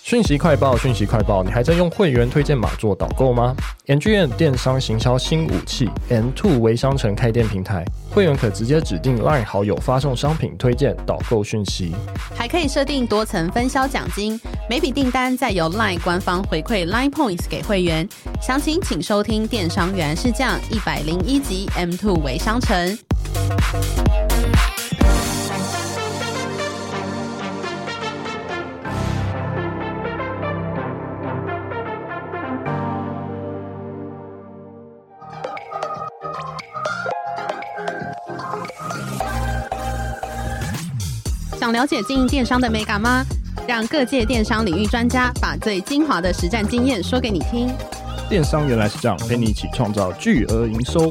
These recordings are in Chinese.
讯息快报，讯息快报，你还在用会员推荐码做导购吗？ NGN 电商行销新武器 N2 微商城开店平台，会员可直接指定 LINE 好友发送商品推荐、导购讯息， 还可以设定多层分销奖金，每笔订单再由 LINE 官方回馈 LINE Points 给会员。详情请收听电商原来是这样101集 M2 微商城。想了解经营电商的美感吗？让各界电商领域专家把最精华的实战经验说给你听。 电商原来是这样，陪你一起创造巨额营收。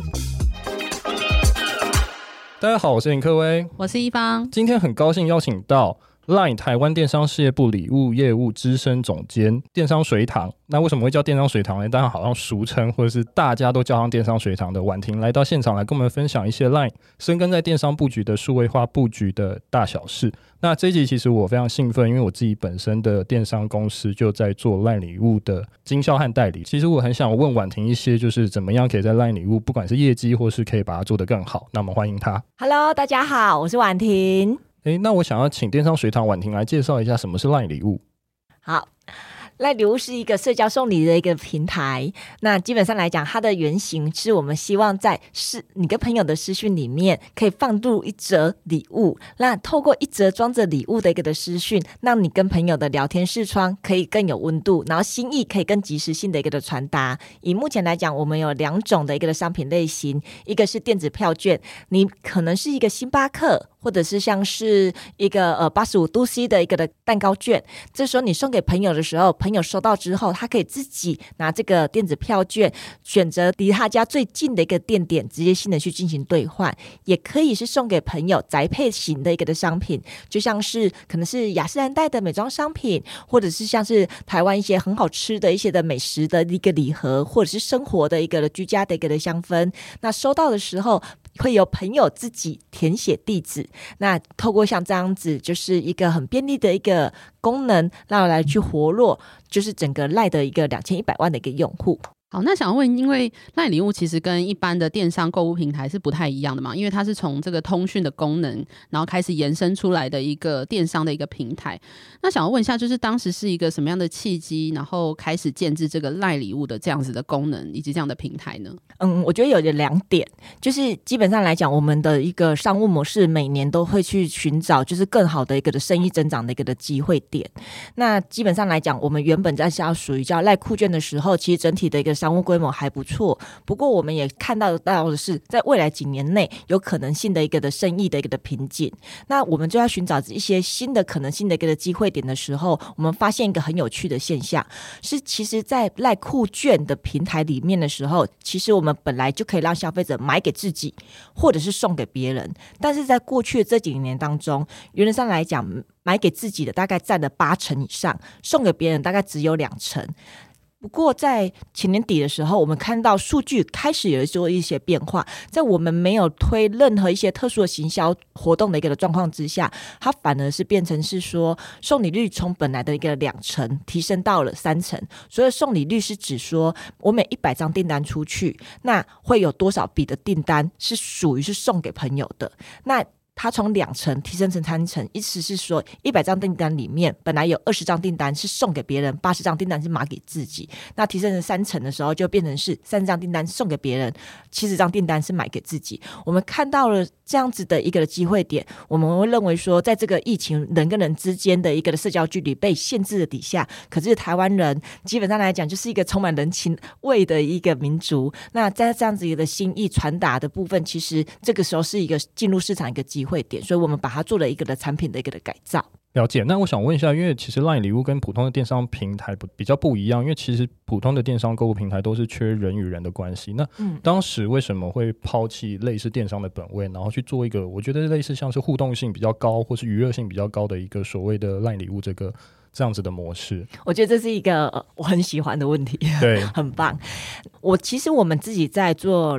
大家好，我是林克威， 我是一方。今天很高兴邀请到 LINE 台湾电商事业部礼物业务资深总监电商水塘。那为什么会叫电商水塘呢？当然好像俗称或者是大家都叫上电商水塘的婉婷来到现场来跟我们分享一些 LINE 深耕在电商布局的数位化布局的大小事。那这一集其实我非常兴奋，因为我自己本身的电商公司就在做 LINE 礼物的经销和代理。其实我很想问婉婷一些，就是怎么样可以在 LINE 礼物不管是业绩或是可以把它做得更好。那我们欢迎她。 Hello， 大家好，我是婉婷。 那我想要请电商水塘婉婷来介绍一下什么是 LINE 礼物。 好，LINE礼物是一个社交送礼的一个平台。那基本上来讲，它的原型是我们希望在你跟朋友的私讯里面可以放入一则礼物，那透过一则装着礼物的一个的私讯，让你跟朋友的聊天视窗可以更有温度，然后心意可以更及时性的一个的传达。以目前来讲，我们有2种的一个的商品类型，一个是电子票券，你可能是一个星巴克，或者是像是一个85°C 的一个的蛋糕券，这时候你送给朋友的时候，朋友收到之后，他可以自己拿这个电子票券，选择离他家最近的一个店点，直接性的去进行兑换。也可以是送给朋友宅配型的一个的商品，就像是可能是雅诗兰黛的美妆商品，或者是像是台湾一些很好吃的一些的美食的一个礼盒，或者是生活的一个的居家的一个的香氛。那收到的时候会由朋友自己填写地址，那透过像这样子，就是一个很便利的一个功能，让我来去活络，就是整个 LINE 的一个2100万的一个用户。 好，那想问，因为 LINE 礼物其实跟一般的电商购物平台是不太一样的嘛，因为它是从这个通讯的功能，然后开始延伸出来的一个电商的一个平台。那想要问一下，就是当时是一个什么样的契机，然后开始建置这个 LINE 礼物的这样子的功能以及这样的平台呢？ 我觉得有2点，就是基本上来讲，我们的一个商务模式每年都会去寻找就是更好的一个的生意增长的一个的机会点。那基本上来讲，我们原本在要属于叫 LINE 酷券的时候，其实整体的一个商务规模还不错，不过我们也看到的是在未来几年内有可能性的一个的生意的一个的瓶颈。那我们就要寻找一些新的可能性的一个的机会点的时候，我们发现一个很有趣的现象，是其实在 LINE 酷券的平台里面的时候，其实我们本来就可以让消费者买给自己或者是送给别人，但是在过去的这几年当中，原则上来讲，买给自己的大概占了80%以上，送给别人大概只有2%。不过在前年底的时候，我们看到数据开始有做一些变化，在我们没有推任何一些特殊的行销活动的一个状况之下，它反而是变成是说送礼率从本来的一个2%提升到了3%。所以送礼率是指说我每100张订单出去，那会有多少笔的订单是属于是送给朋友的。那它从2%提升成3%，意思是说100张订单里面本来有20张订单是送给别人，80张订单是买给自己。那提升成3%的时候，就变成是30张订单送给别人，70张订单是买给自己。我们看到了这样子的一个机会点，我们会认为说，在这个疫情人跟人之间的一个社交距离被限制的底下，可是台湾人基本上来讲就是一个充满人情味的一个民族。那在这样子的心意传达的部分，其实这个时候是一个进入市场一个机会点，所以我们把它做了一个的产品的一个的改造。 了解。那我想问一下，因为其实 LINE 礼物跟普通的电商平台比较不一样，因为其实普通的电商购物平台都是缺人与人的关系。那当时为什么会抛弃类似电商的本位，然后去做一个我觉得类似像是互动性比较高或是娱乐性比较高的一个所谓的 LINE 礼物这样子的模式？ 我觉得这是一个我很喜欢的问题， 对， 很棒。其实我们自己在做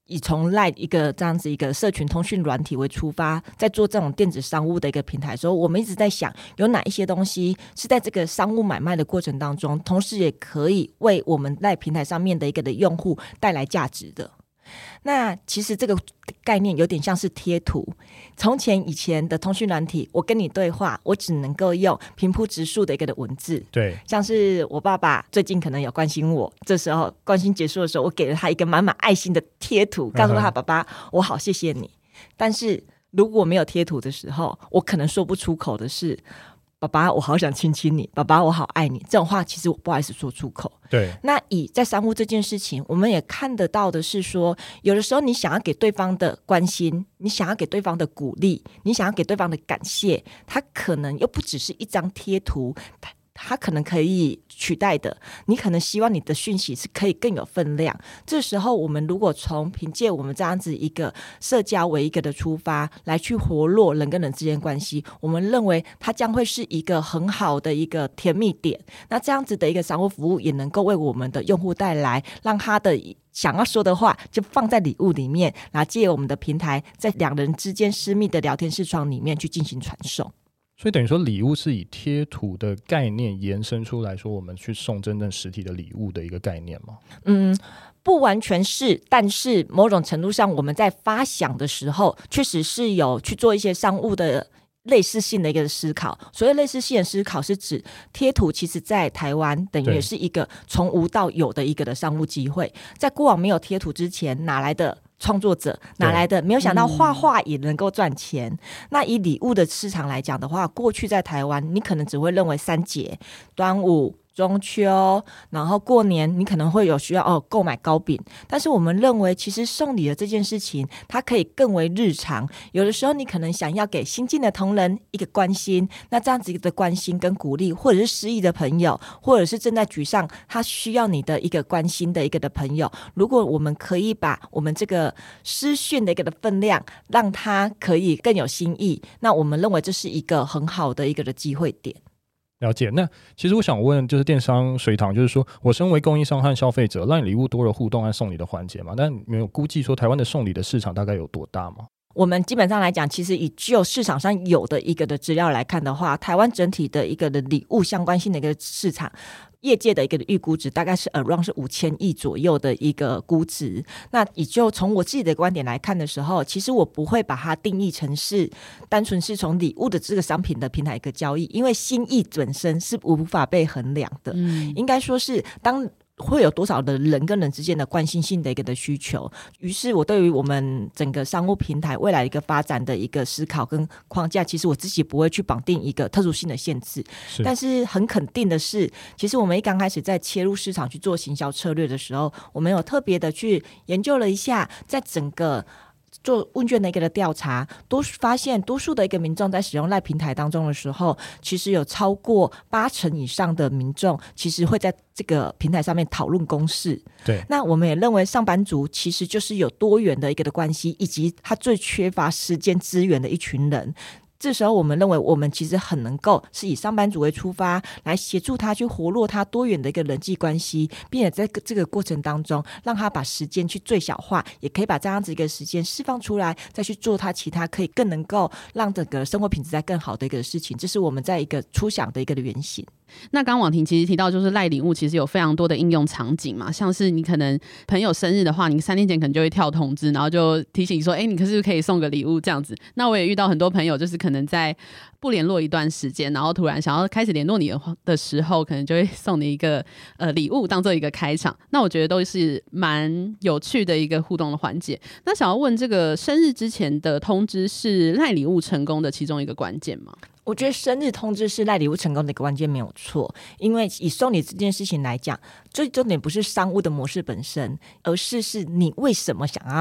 以从赖一个这样子一个社群通讯软体为出发，在做这种电子商务的一个平台的时候，我们一直在想有哪一些东西是在这个商务买卖的过程当中，同时也可以为我们赖平台上面的一个的用户带来价值的。那其实这个概念有点像是贴图，从以前的通讯软体，我跟你对话，我只能够用平铺直述的一个的文字， 对， 像是我爸爸最近可能有关心我，这时候关心结束的时候，我给了他一个满满爱心的贴图，告诉他爸爸我好谢谢你。但是如果没有贴图的时候，我可能说不出口的是爸爸我好想亲亲你，爸爸我好爱你，这种话其实我不好意思说出口。 对， 那在商务这件事情，我们也看得到的是说，有的时候你想要给对方的关心，你想要给对方的鼓励，你想要给对方的感谢，它可能又不只是一张贴图，它可能可以取代的，你可能希望你的讯息是可以更有分量。这时候我们如果从凭借我们这样子一个社交为一个的出发来去活络人跟人之间关系，我们认为它将会是一个很好的一个甜蜜点。那这样子的一个商务服务也能够为我们的用户带来让他的想要说的话就放在礼物里面，然后借由我们的平台在两人之间私密的聊天视窗里面去进行传送。 所以等于说礼物是以贴图的概念延伸出来说我们去送真正实体的礼物的一个概念吗？ 不完全是，但是某种程度上我们在发想的时候确实是有去做一些商务的类似性的一个思考。所谓类似性的思考是指贴图其实在台湾等于也是一个从无到有的一个的商务机会。在过往没有贴图之前，哪来的创作者，哪来的没有想到画画也能够赚钱。那以礼物的市场来讲的话，过去在台湾你可能只会认为3节，端午、中秋，然后过年你可能会有需要购买糕饼，但是我们认为其实送礼的这件事情它可以更为日常。有的时候你可能想要给新进的同仁一个关心，那这样子的关心跟鼓励，或者是失意的朋友，或者是正在沮丧他需要你的一个关心的一个的朋友，如果我们可以把我们这个私讯的一个的分量让他可以更有新意，那我们认为这是一个很好的一个的机会点。 了解。那其实我想问就是电商水塘，就是说我身为供应商和消费者，让礼物多了互动和送礼的环节嘛，但没有估计说台湾的送礼的市场大概有多大吗？ 我们基本上来讲，其实以就市场上有的一个的资料来看的话，台湾整体的一个的礼物相关性的一个市场，业界的一个预估值大概是 around 是5000亿左右的一个估值。那也就从我自己的观点来看的时候，其实我不会把它定义成是单纯是从礼物的这个商品的平台一个交易，因为心意本身是无法被衡量的。应该说是当会有多少的人跟人之间的关心性的一个的需求，于是我对于我们整个商务平台未来一个发展的一个思考跟框架，其实我自己不会去绑定一个特殊性的限制。但是很肯定的是，其实我们一刚开始在切入市场去做行销策略的时候，我们有特别的去研究了一下，在整个做问卷的一个的调查，发现多数的一个民众在使用赖平台当中的时候，其实有超过80%以上的民众其实会在这个平台上面讨论公事。 对， 那我们也认为上班族其实就是有多元的一个的关系，以及他最缺乏时间资源的一群人。这时候我们认为我们其实很能够是以上班族为出发，来协助他去活络他多元的一个人际关系，并且在这个过程当中让他把时间去最小化，也可以把这样子一个时间释放出来，再去做他其他可以更能够让整个生活品质在更好的一个事情。这是我们在一个初想的一个的原型。 那刚婉婷其实提到就是赖礼物其实有非常多的应用场景嘛，像是你可能朋友生日的话，你3天前可能就会跳通知，然后就提醒你说你可是可以送个礼物这样子。那我也遇到很多朋友就是可能在不联络一段时间，然后突然想要开始联络你的时候，可能就会送你一个礼物当做一个开场。那我觉得都是蛮有趣的一个互动的环节。那想要问，这个生日之前的通知是赖礼物成功的其中一个关键吗？ 我觉得生日通知是赖礼物成功的一个关键，没有错。因为以送礼这件事情来讲，最重点不是商务的模式本身，而是你为什么想要去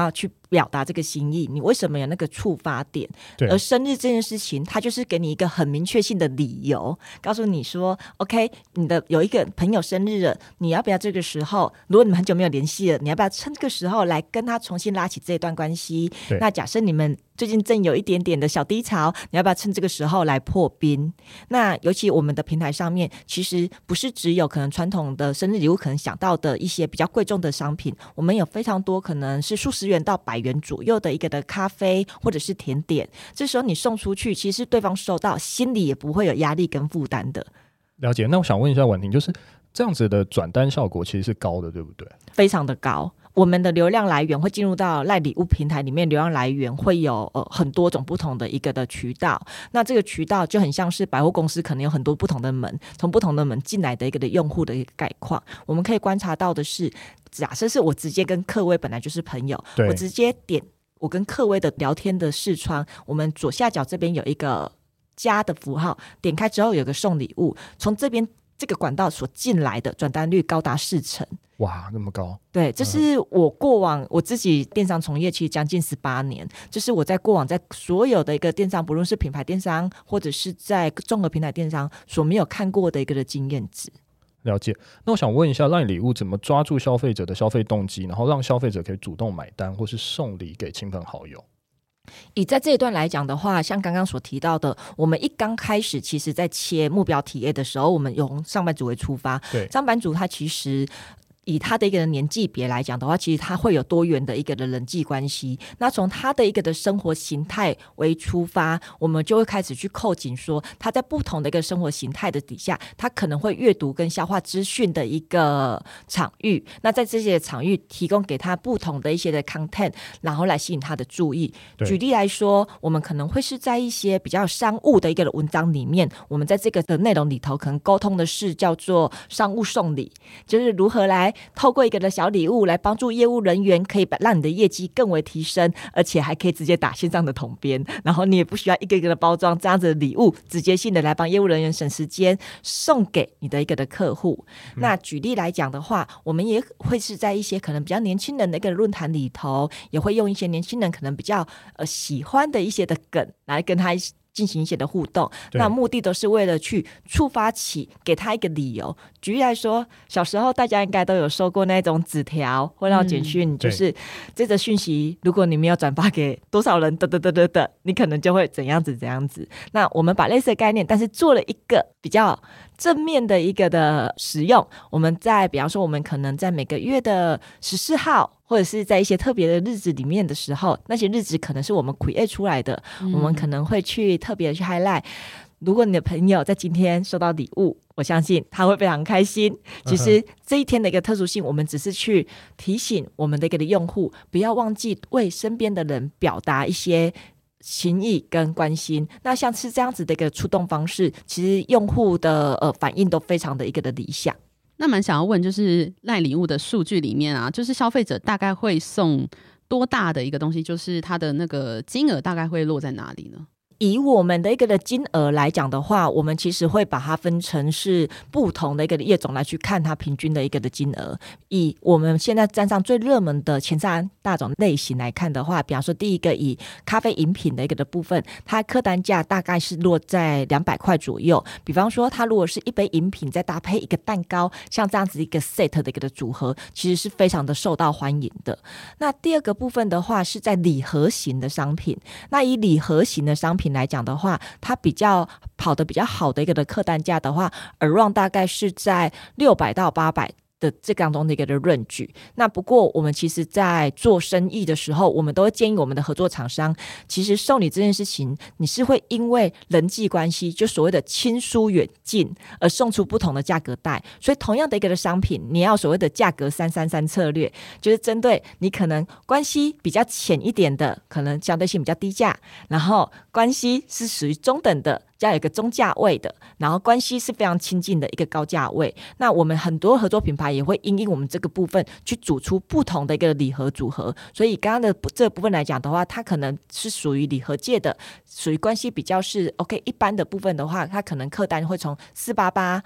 表达这个心意，你为什么有那个触发点？而生日这件事情，它就是给你一个很明确性的理由，告诉你说 OK， 你的有一个朋友生日了，你要不要这个时候，如果你们很久没有联系了，你要不要趁这个时候来跟他重新拉起这一段关系？那假设你们最近正有一点点的小低潮，你要不要趁这个时候来破冰？那尤其我们的平台上面，其实不是只有可能传统的生日礼物可能想到的一些比较贵重的商品，我们有非常多可能是数十元到100元左右的一个的咖啡或者是甜点，这时候你送出去，其实对方收到心里也不会有压力跟负担的。 了解。那我想问一下婉婷，就是这样子的转单效果其实是高的，对不对？ 非常的高。我们的流量来源会进入到赖礼物平台里面，流量来源会有很多种不同的一个的渠道。那这个渠道就很像是百货公司可能有很多不同的门，从不同的门进来的一个的用户的一个概况。我们可以观察到的是，假设是我直接跟客位本来就是朋友，我直接点我跟客位的聊天的视窗，我们左下角这边有一个加的符号，点开之后有个送礼物，从这边这个管道所进来的转单率高达40%。 哇，那么高。 对，这是我过往我自己电商从业其实将近18年，这是我在过往在所有的一个电商，不论是品牌电商或者是在综合平台电商所没有看过的一个的经验值。 了解。那我想问一下，LINE礼物怎么抓住消费者的消费动机，然后让消费者可以主动买单或是送礼给亲朋好友？ 以在这一段来讲的话，像刚刚所提到的，我们一刚开始其实在切目标体验的时候，我们用上班族为出发。对，上班族他其实以他的一个年纪别来讲的话，其实他会有多元的一个的人际关系。那从他的一个的生活形态为出发，我们就会开始去扣紧说，他在不同的一个生活形态的底下，他可能会阅读跟消化资讯的一个场域。那在这些场域提供给他不同的一些的 content， 然后来吸引他的注意。举例来说，我们可能会是在一些比较商务的一个文章里面，我们在这个的内容里头可能沟通的是叫做商务送礼，就是如何来透过一个的小礼物来帮助业务人员，可以让你的业绩更为提升，而且还可以直接打线上的统编，然后你也不需要一个一个的包装，这样子的礼物直接性的来帮业务人员省时间，送给你的一个的客户。那举例来讲的话，我们也会是在一些可能比较年轻人的一个论坛里头，也会用一些年轻人可能比较喜欢的一些的梗来跟他进行一些的互动，那目的都是为了去触发起给他一个理由。举例来说，小时候大家应该都有收过那种纸条或那种简讯，就是这则讯息如果你没有转发给多少人的，你可能就会怎样子怎样子。那我们把类似的概念，但是做了一个比较正面的一个的使用。我们在比方说我们可能在每个月的14号或者是在一些特别的日子里面的时候，那些日子可能是我们 create 出来的，我们可能会去特别的去 highlight。如果你的朋友在今天收到礼物，我相信他会非常开心。其实这一天的一个特殊性，我们只是去提醒我们的一个用户，不要忘记为身边的人表达一些心意跟关心。那像是这样子的一个触动方式，其实用户的反应都非常的一个的理想。 那蛮想要问，就是赖礼物的数据里面啊，就是消费者大概会送多大的一个东西，就是它的那个金额大概会落在哪里呢？ 以我们的一个的金额来讲的话，我们其实会把它分成是不同的一个的业种来去看它平均的一个的金额。以我们现在站上最热门的前3大种类型来看的话，比方说第一个以咖啡饮品的一个的部分，它客单价大概是落在200块左右。比方说它如果是一杯饮品再搭配一个蛋糕，像这样子一个 set 的一个的组合，其实是非常的受到欢迎的。那第二个部分的话是在礼盒型的商品，那以礼盒型的商品来讲的话，它比较跑得比较好的一个的客单价的话 around 大概是在600到800的这当中的一个的range。那不过我们其实在做生意的时候，我们都会建议我们的合作厂商，其实送礼这件事情，你是会因为人际关系，就所谓的亲疏远近而送出不同的价格带。所以同样的一个的商品，你要所谓的价格333策略，就是针对你可能关系比较浅一点的，可能相对性比较低价，然后关系是属于中等的，要有一个中价位的，然后关系是非常亲近的一个高价位。那我们很多合作品牌也会因应我们这个部分去组出不同的一个礼盒组合。所以刚刚的这个部分来讲的话，它可能是属于礼盒界的，属于关系比较是 OK 一般的部分的话，它可能客单会从488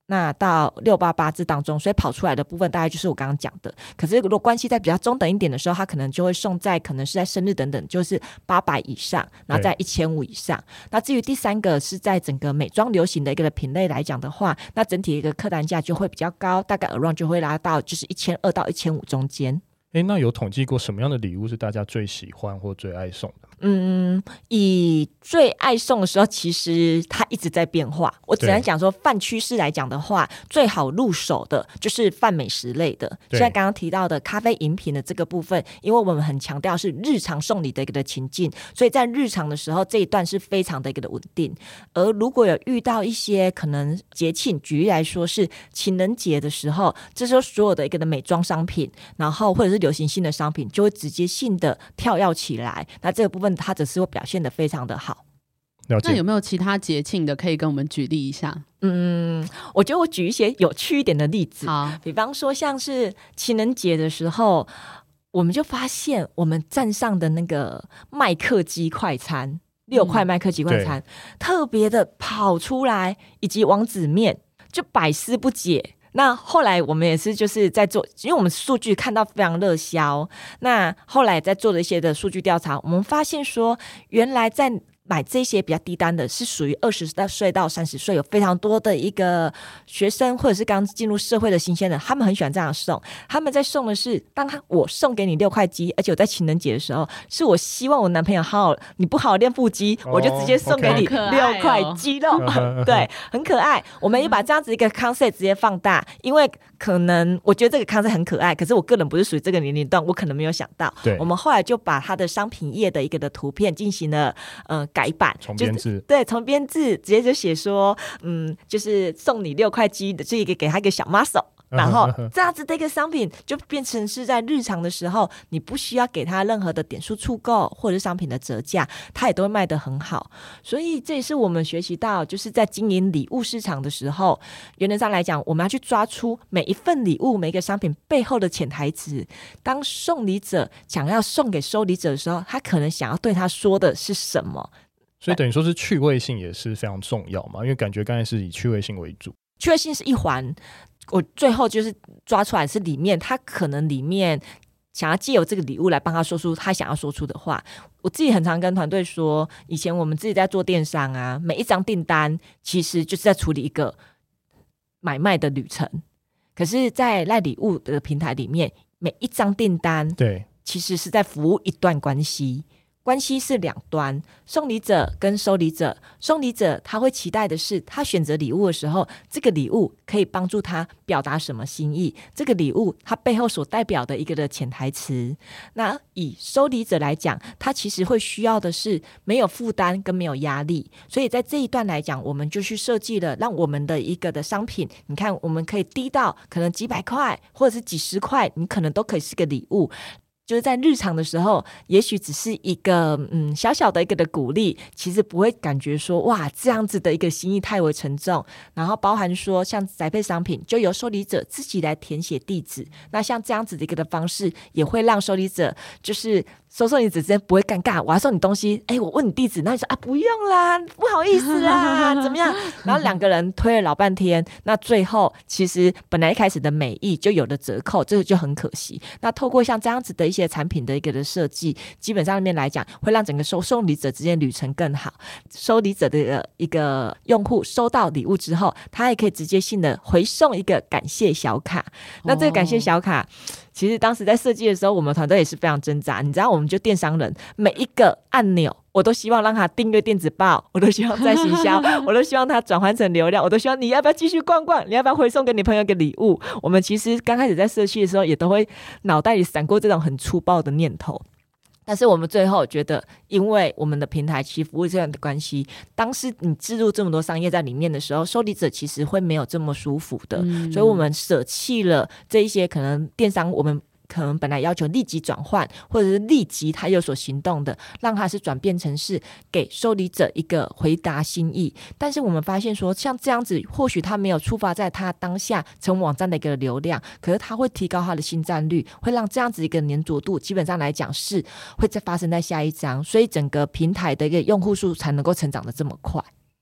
那到688字当中，所以跑出来的部分大概就是我刚刚讲的。可是如果关系在比较中等一点的时候，它可能就会送在可能是在生日等等，就是800以上，然后在1500以上。那至于第三个是在整个美妆流行的一个品类来讲的话，那整体的一个客单价就会比较高，大概 around 就会拉到就是1200到1500中间。 那有统计过什么样的礼物是大家最喜欢或最爱送的？ 以最爱送的时候，其实它一直在变化。我只能讲说，泛趋势来讲的话，最好入手的就是泛美食类的。现在刚刚提到的咖啡饮品的这个部分，因为我们很强调是日常送礼的一个情境，所以在日常的时候这一段是非常的一个的稳定。而如果有遇到一些可能节庆，举例来说是情人节的时候，这时候所有的一个的美妆商品，然后或者是流行性的商品，就会直接性的跳跃起来。那这个部分它只是会表现得非常的好。 那有没有其他节庆的可以跟我们举例一下？ 我觉得我举一些有趣一点的例子。 好， 比方说像是情人节的时候，我们就发现我们站上的那个麦克鸡快餐，6块麦克鸡快餐，特别的跑出来，以及王子面，就百思不解。那后来我们也是就是在做，因为我们数据看到非常热销，那后来在做了一些的数据调查，我们发现说原来在买这些比较低单的是属于20岁到30岁，有非常多的一个学生或者是刚进入社会的新鲜人，他们很喜欢这样送。他们在送的是，当我送给你6块鸡，而且我在情人节的时候，是我希望我男朋友你不好好练腹肌，我就直接送给你6块鸡肉，对，很可爱。我们也把这样子一个 concept 直接放大，因为可能我觉得这个 concept 很可爱，可是我个人不是属于这个年龄段，我可能没有想到。我们后来就把它的商品页的一个的图片进行了改版， 重编制， 对，重编制直接就写说，就是送你6块鸡的这一个，给他一个小 muscle。然后这样子的一个商品就变成是在日常的时候，你不需要给他任何的点数促购或者是商品的折价，它也都会卖得很好。所以这也是我们学习到，就是在经营礼物市场的时候，原则上来讲，我们要去抓出每一份礼物每一个商品背后的潜台词。当送礼者想要送给收礼者的时候，他可能想要对他说的是什么。 所以等于说是趣味性也是非常重要嘛，因为感觉刚才是以趣味性为主， 趣味性是一环，我最后就是抓出来是里面他可能里面想要借由这个礼物来帮他说出他想要说出的话。我自己很常跟团队说，以前我们自己在做电商啊，每一张订单其实就是在处理一个买卖的旅程，可是在赖礼物的平台里面，每一张订单对其实是在服务一段关系，关系是两端，送礼者跟收礼者。送礼者他会期待的是，他选择礼物的时候，这个礼物可以帮助他表达什么心意，这个礼物他背后所代表的一个的潜台词。那以收礼者来讲，他其实会需要的是没有负担跟没有压力，所以在这一段来讲，我们就去设计了让我们的一个的商品，你看我们可以低到可能几百块或者是几十块，你可能都可以是个礼物，就是在日常的时候，也许只是一个小小的一个的鼓励，其实不会感觉说哇这样子的一个心意太为沉重。然后包含说像宅配商品，就由收礼者自己来填写地址，那像这样子的一个的方式，也会让收礼者就是收礼者之间不会尴尬，我要送你东西，我问你地址，那你说啊不用啦，不好意思啦怎么样，然后两个人推了老半天，那最后其实本来一开始的美意就有了折扣，这个就很可惜。那透过像这样子的一些产品的一个的设计，基本上面来讲会让整个送礼者之间旅程更好，收礼者的一个用户收到礼物之后，他也可以直接性的回送一个感谢小卡。那这个感谢小卡其实当时在设计的时候，我们团队也是非常挣扎。你知道我们就电商人，每一个按钮我都希望让他订阅电子报，我都希望再行销我都希望他转换成流量，我都希望你要不要继续逛逛，你要不要回送给你朋友一个礼物。我们其实刚开始在设计的时候，也都会脑袋里闪过这种很粗暴的念头，但是我们最后觉得，因为我们的平台其实服务这样的关系，当时你置入这么多商业在里面的时候，收礼者其实会没有这么舒服的，所以我们舍弃了这一些可能电商我们可能本来要求立即转换，或者是立即他有所行动的，让他是转变成是给收礼者一个回答心意。但是我们发现说，像这样子或许他没有触发在他当下成网站的一个流量，可是他会提高他的新占率，会让这样子一个粘着度基本上来讲是会再发生在下一章，所以整个平台的一个用户数才能够成长的这么快。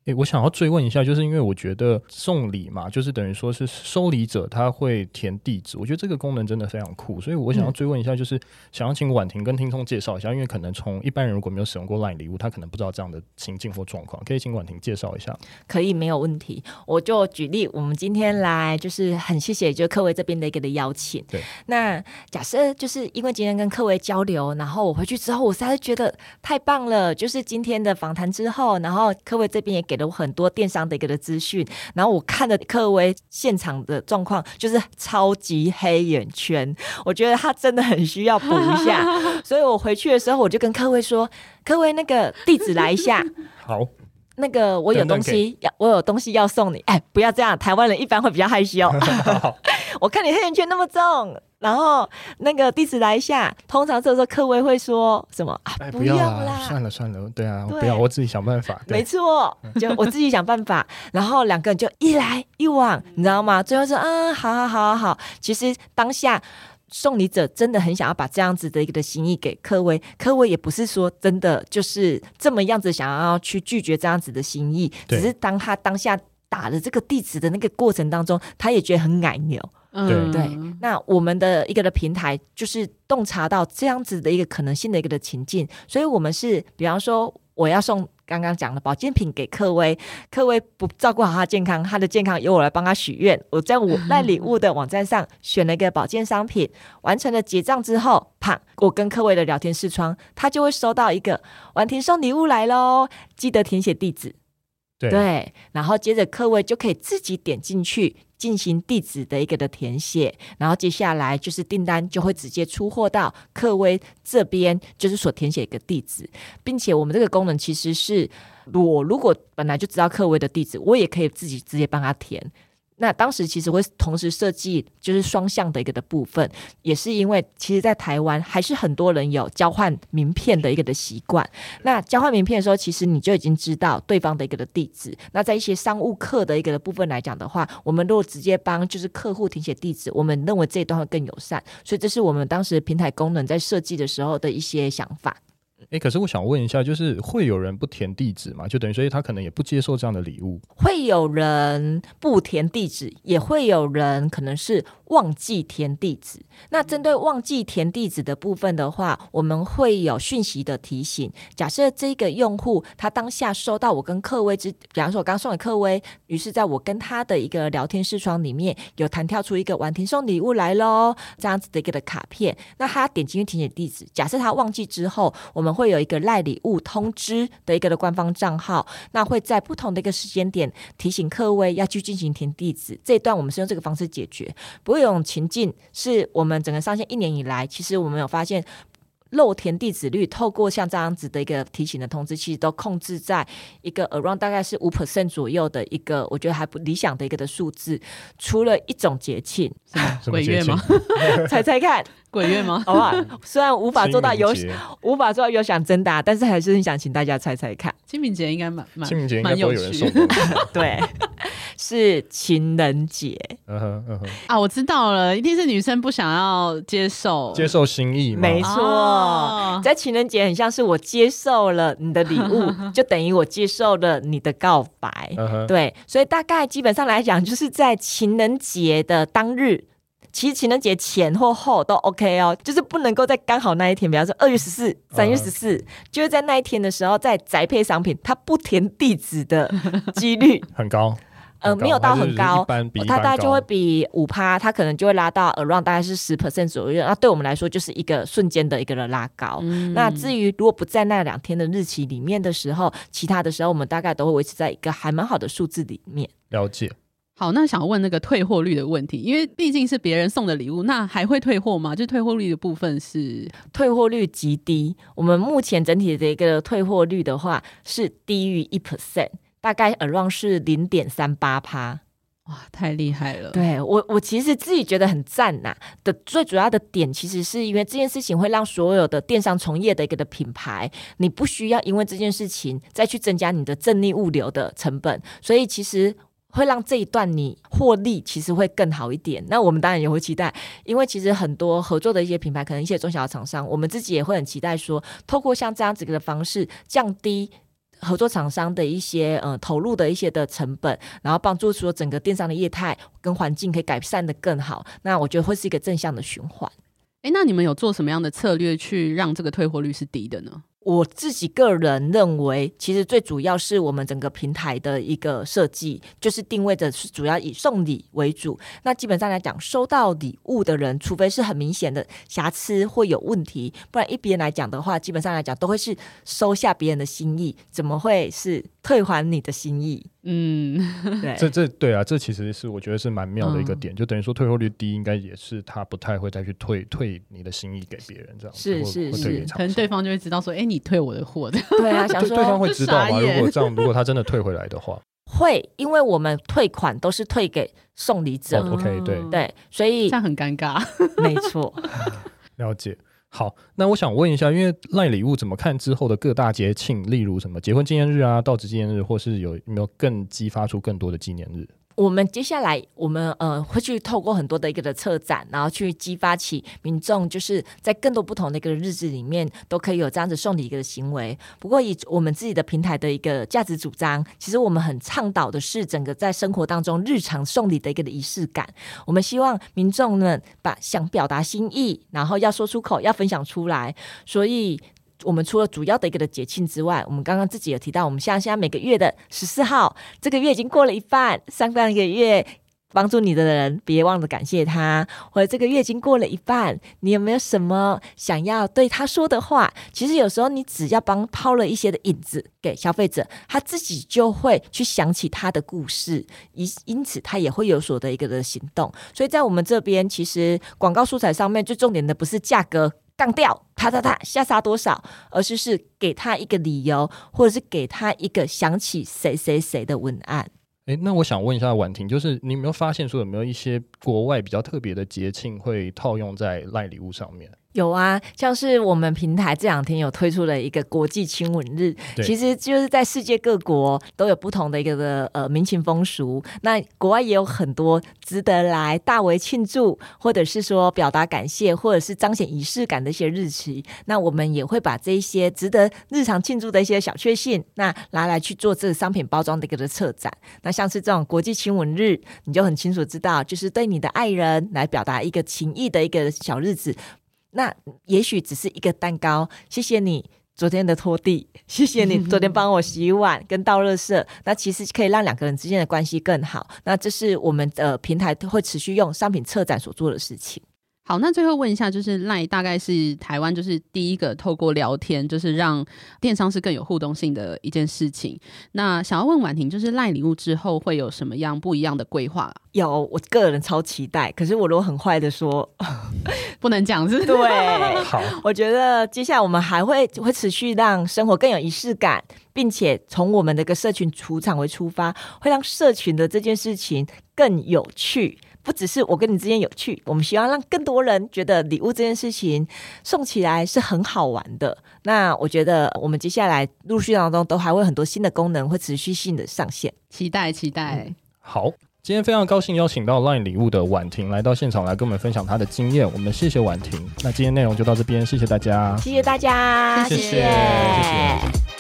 我想要追问一下，就是因为我觉得送礼嘛，就是等于说是收礼者他会填地址，我觉得这个功能真的非常酷，所以我想要追问一下，就是想要请婉婷跟听众介绍一下，因为可能从一般人如果没有使用过 LINE 礼物，他可能不知道这样的情境或状况，可以请婉婷介绍一下。 可以，没有问题。我就举例，我们今天来就是很谢谢就克威这边的一个的邀请。 对， 那假设就是因为今天跟克威交流，然后我回去之后，我实在是觉得太棒了，就是今天的访谈之后，然后克威这边也给了我很多电商的一个的资讯，然后我看了克威现场的状况，就是超级黑眼圈，我觉得他真的很需要补一下，所以我回去的时候我就跟克威说，克威那个地址来一下。 好， 那个我有东西我有东西要送你，不要这样，台湾人一般会比较害羞。我看你黑眼圈那么重，然后那个地址来一下。通常这时候克威会说什么不要啦，算了，对啊，不要，我自己想办法。 没错，就我自己想办法。然后两个人就一来一往，你知道吗？最后说好。其实当下送礼者真的很想要把这样子的一个的心意给克威，克威也不是说真的就是这么样子想要去拒绝这样子的心意，只是当他当下打了这个地址的那个过程当中，他也觉得很彆扭。对，那我们的一个的平台就是洞察到这样子的一个可能性的一个的情境，所以我们是比方说我要送刚刚讲的保健品给克威，克威不照顾好他的健康，他的健康由我来帮他许愿，我在我赖礼物的网站上选了一个保健商品，完成了结账之后，啪，我跟克威的聊天视窗他就会收到一个婉婷送礼物来咯，记得填写地址。对，然后接着克威就可以自己点进去进行地址的一个的填写，然后接下来就是订单就会直接出货到克威这边，就是所填写一个地址，并且我们这个功能其实是我如果本来就知道克威的地址，我也可以自己直接帮他填。那当时其实会同时设计就是双向的一个的部分，也是因为其实在台湾还是很多人有交换名片的一个的习惯，那交换名片的时候其实你就已经知道对方的一个的地址，那在一些商务客的一个的部分来讲的话，我们如果直接帮就是客户填写地址，我们认为这一段会更友善，所以这是我们当时平台功能在设计的时候的一些想法。 可是我想问一下，就是会有人不填地址吗？就等于说他可能也不接受这样的礼物。 会有人不填地址，也会有人可能是忘记填地址。那针对忘记填地址的部分的话，我们会有讯息的提醒。假设这个用户他当下收到我跟克威比方说我刚送给克威，于是在我跟他的一个聊天视窗里面有弹跳出一个婉婷送礼物来咯这样子的一个的卡片，那他点进去填写地址，假设他忘记之后，我们会有一个赖礼物通知的一个的官方账号，那会在不同的一个时间点提醒客位要去进行填地址，这一段我们是用这个方式解决。不过有种情境是我们整个上线1年以来，其实我们有发现漏填地址率透过像这样子的一个提醒的通知，其实都控制在一个 around 大概是 5% 左右的一个我觉得还不理想的一个的数字。除了一种节庆， 鬼月吗？ 猜猜看， 鬼月吗？ 好不好？虽然无法做到有奖征答，但是还是很想请大家猜猜看。 清明节应该清明节应该不会有人送的。 对，是情人节。 我知道了，一定是女生不想要接受心意嘛。 没错，在情人节很像是我接受了你的礼物，就等于我接受了你的告白。对，所以大概基本上来讲，就是在情人节的当日。其实情人节前或后都 OK 哦，就是不能够在刚好那一天，比方说2月14、3月14，就是在那一天的时候再宅配商品，它不填地址的几率很高。 没有到很高，它大概就会比5%，它可能就会拉到 around 大概是10% 左右。那对我们来说就是一个瞬间的一个拉高。那至于如果不在那2天的日期里面的时候，其他的时候我们大概都会维持在一个还蛮好的数字里面。 了解。 好，那想问那个退货率的问题，因为毕竟是别人送的礼物，那还会退货吗？就退货率的部分是退货率极低，我们目前整体的一个退货率的话是低于1%，大概 around 是 0.38%。 哇，太厉害了！ 对，我其实自己觉得很赞呐。的最主要的点，其实是因为这件事情会让所有的电商从业的一个的品牌，你不需要因为这件事情再去增加你的正逆物流的成本，所以其实会让这一段你获利其实会更好一点。那我们当然也会期待，因为其实很多合作的一些品牌，可能一些中小厂商，我们自己也会很期待说，透过像这样子的方式降低合作厂商的一些投入的一些的成本，然后帮助说整个电商的业态跟环境可以改善的更好，那我觉得会是一个正向的循环。 那你们有做什么样的策略去让这个退货率是低的呢？ 我自己个人认为，其实最主要是我们整个平台的一个设计，就是定位的是主要以送礼为主。那基本上来讲，收到礼物的人，除非是很明显的瑕疵或有问题，不然一边来讲的话，基本上来讲都会是收下别人的心意，怎么会是退还你的心意？对， 对啊，这其实是我觉得是蛮妙的一个点，就等于说退货率低，应该也是他不太会再去退你的心意给别人这样子， 是，可能对方就会知道说，你退我的货的。 对啊，想说对方会知道吗？如果他真的退回来的话， 会，因为我们退款都是退给送礼者。 OK， 对，所以这样很尴尬。 没错， 了解。好，那我想问一下，因为赖礼物怎么看之后的各大节庆，例如什么结婚纪念日啊、到职纪念日，或是有没有更激发出更多的纪念日？ 我们接下来我们会去透过很多的一个的策展，然后去激发起民众，就是在更多不同的一个日子里面都可以有这样子送礼一个行为。不过以我们自己的平台的一个价值主张，其实我们很倡导的是整个在生活当中日常送礼的一个的仪式感。我们希望民众们把想表达心意，然后要说出口，要分享出来。所以我们除了主要的一个的节庆之外，我们刚刚自己有提到，我们现在每个月的14号，这个月已经过了一半，上半个月帮助你的人别忘了感谢他，或者这个月已经过了一半，你有没有什么想要对他说的话？其实有时候你只要抛了一些的引子给消费者，他自己就会去想起他的故事，因此他也会有所的一个的行动。所以在我们这边，其实广告素材上面最重点的不是价格杠掉下杀多少，而是给他一个理由，或者是给他一个想起谁谁谁的文案。 那我想问一下婉婷，就是你有没有发现说有没有一些国外比较特别的节庆会套用在赖礼物上面？ 有啊，像是我们平台这两天有推出了一个国际亲吻日，其实就是在世界各国都有不同的一个的民情风俗，那国外也有很多值得来大为庆祝，或者是说表达感谢，或者是彰显仪式感的一些日期。那我们也会把这一些值得日常庆祝的一些小确幸，那拿来去做这个商品包装的一个的策展。那像是这种国际亲吻日，你就很清楚知道，就是对你的爱人来表达一个情谊的一个小日子。那也许只是一个蛋糕，谢谢你昨天的拖地，谢谢你昨天帮我洗碗跟倒垃圾，那其实可以让两个人之间的关系更好。那这是我们的平台会持续用商品策展所做的事情。 好，那最后问一下，就是 LINE 大概是台湾就是第一个透过聊天就是让电商是更有互动性的一件事情。那想要问婉婷，就是 LINE 礼物之后会有什么样不一样的规划？ 有，我个人超期待，可是我如果很坏的说不能讲是对好， 我觉得接下来我们还会持续让生活更有仪式感，并且从我们的一个社群主场为出发，会让社群的这件事情更有趣，不只是我跟你之间有趣，我们希望让更多人觉得礼物这件事情送起来是很好玩的。那我觉得我们接下来陆续当中都还会很多新的功能会持续性的上线， 期待。 好，今天非常高兴邀请到 LINE 礼物的婉婷来到现场来跟我们分享她的经验，我们谢谢婉婷。那今天内容就到这边，谢谢大家， 谢谢大家， 谢谢。